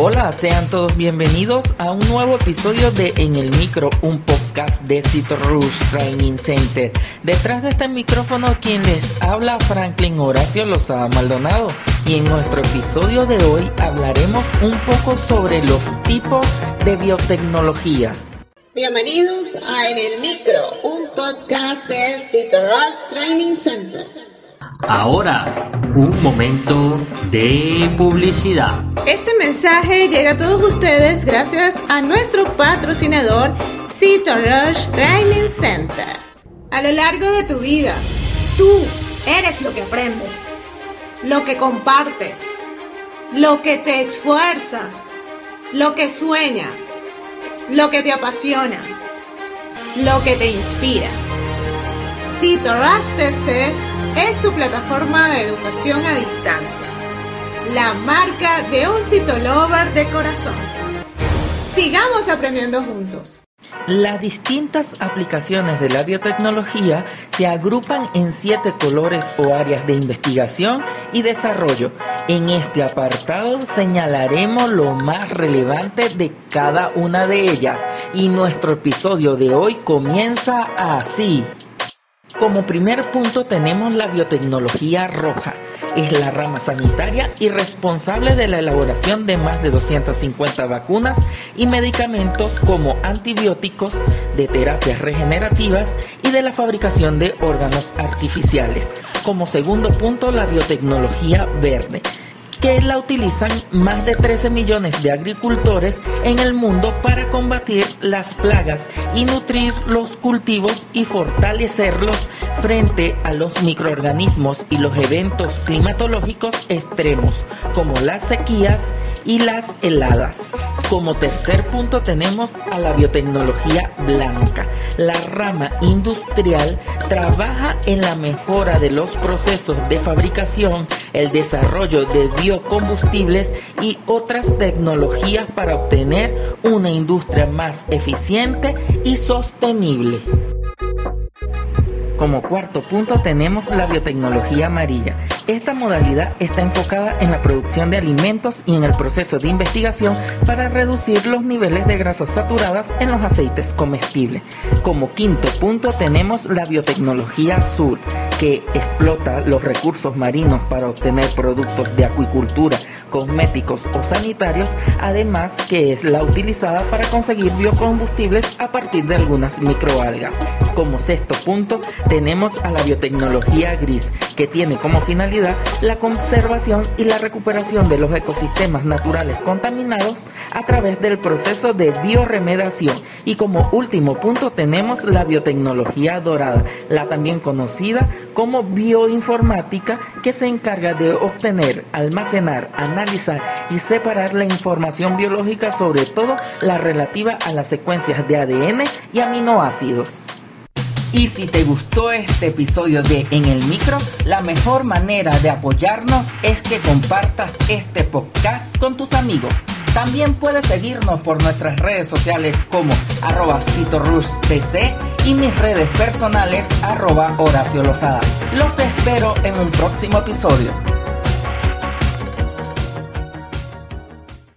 Hola, sean todos bienvenidos a un nuevo episodio de En el Micro, un podcast de CITRUS Training Center. Detrás de este micrófono quien les habla, Franklin Horacio Lozada Maldonado, y en nuestro episodio de hoy hablaremos un poco sobre los tipos de biotecnología. Bienvenidos a En el Micro, un podcast de CITRUS Training Center. Ahora, un momento de publicidad. Este mensaje llega a todos ustedes gracias a nuestro patrocinador CITRUS Training Center. A lo largo de tu vida, tú eres lo que aprendes, lo que compartes, lo que te esfuerzas, lo que sueñas, lo que te apasiona, lo que te inspira. CITRUS TC es tu plataforma de educación a distancia, la marca de un CITOlover de corazón. Sigamos aprendiendo juntos. Las distintas aplicaciones de la biotecnología se agrupan en 7 colores o áreas de investigación y desarrollo. En este apartado señalaremos lo más relevante de cada una de ellas y nuestro episodio de hoy comienza así. Como primer punto tenemos la biotecnología roja. Es la rama sanitaria y responsable de la elaboración de más de 250 vacunas y medicamentos como antibióticos, de terapias regenerativas y de la fabricación de órganos artificiales. Como segundo punto, la biotecnología verde, que la utilizan más de 13 millones de agricultores en el mundo para combatir las plagas y nutrir los cultivos y fortalecerlos frente a los microorganismos y los eventos climatológicos extremos, como las sequías y las heladas. Como tercer punto tenemos a la biotecnología blanca. La rama industrial trabaja en la mejora de los procesos de fabricación, el desarrollo de biocombustibles y otras tecnologías para obtener una industria más eficiente y sostenible. Como cuarto punto tenemos la biotecnología amarilla. Esta modalidad está enfocada en la producción de alimentos y en el proceso de investigación para reducir los niveles de grasas saturadas en los aceites comestibles. Como quinto punto tenemos la biotecnología azul, que explota los recursos marinos para obtener productos de acuicultura, cosméticos o sanitarios, además que es la utilizada para conseguir biocombustibles a partir de algunas microalgas. Como sexto punto tenemos a la biotecnología gris, que tiene como finalidad la conservación y la recuperación de los ecosistemas naturales contaminados a través del proceso de bioremediación. Y como último punto tenemos la biotecnología dorada, la también conocida como bioinformática, que se encarga de obtener, almacenar, analizar y separar la información biológica, sobre todo la relativa a las secuencias de ADN y aminoácidos. Y si te gustó este episodio de En el Micro, la mejor manera de apoyarnos es que compartas este podcast con tus amigos. También puedes seguirnos por nuestras redes sociales como @CITRUSTC y mis redes personales @Horacio Lozada. Los espero en un próximo episodio.